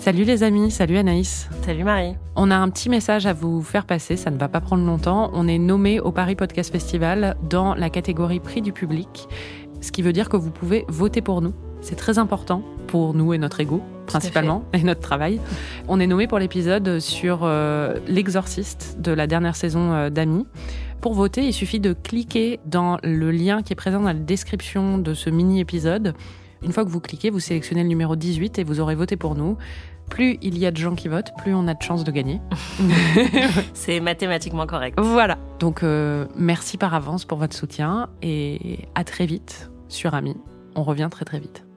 Salut les amis, salut Anaïs. Salut Marie. On a un petit message à vous faire passer, ça ne va pas prendre longtemps. On est nommé au Paris Podcast Festival dans la catégorie prix du public, ce qui veut dire que vous pouvez voter pour nous. C'est très important pour nous et notre ego, principalement, et notre travail. On est nommé pour l'épisode sur l'exorciste de la dernière saison d'Amis. Pour voter, il suffit de cliquer dans le lien qui est présent dans la description de ce mini-épisode. Une fois que vous cliquez, vous sélectionnez le numéro 18 et vous aurez voté pour nous. Plus il y a de gens qui votent, plus on a de chances de gagner. C'est mathématiquement correct. Voilà. Donc, merci par avance pour votre soutien et à très vite sur Amis. On revient très très vite.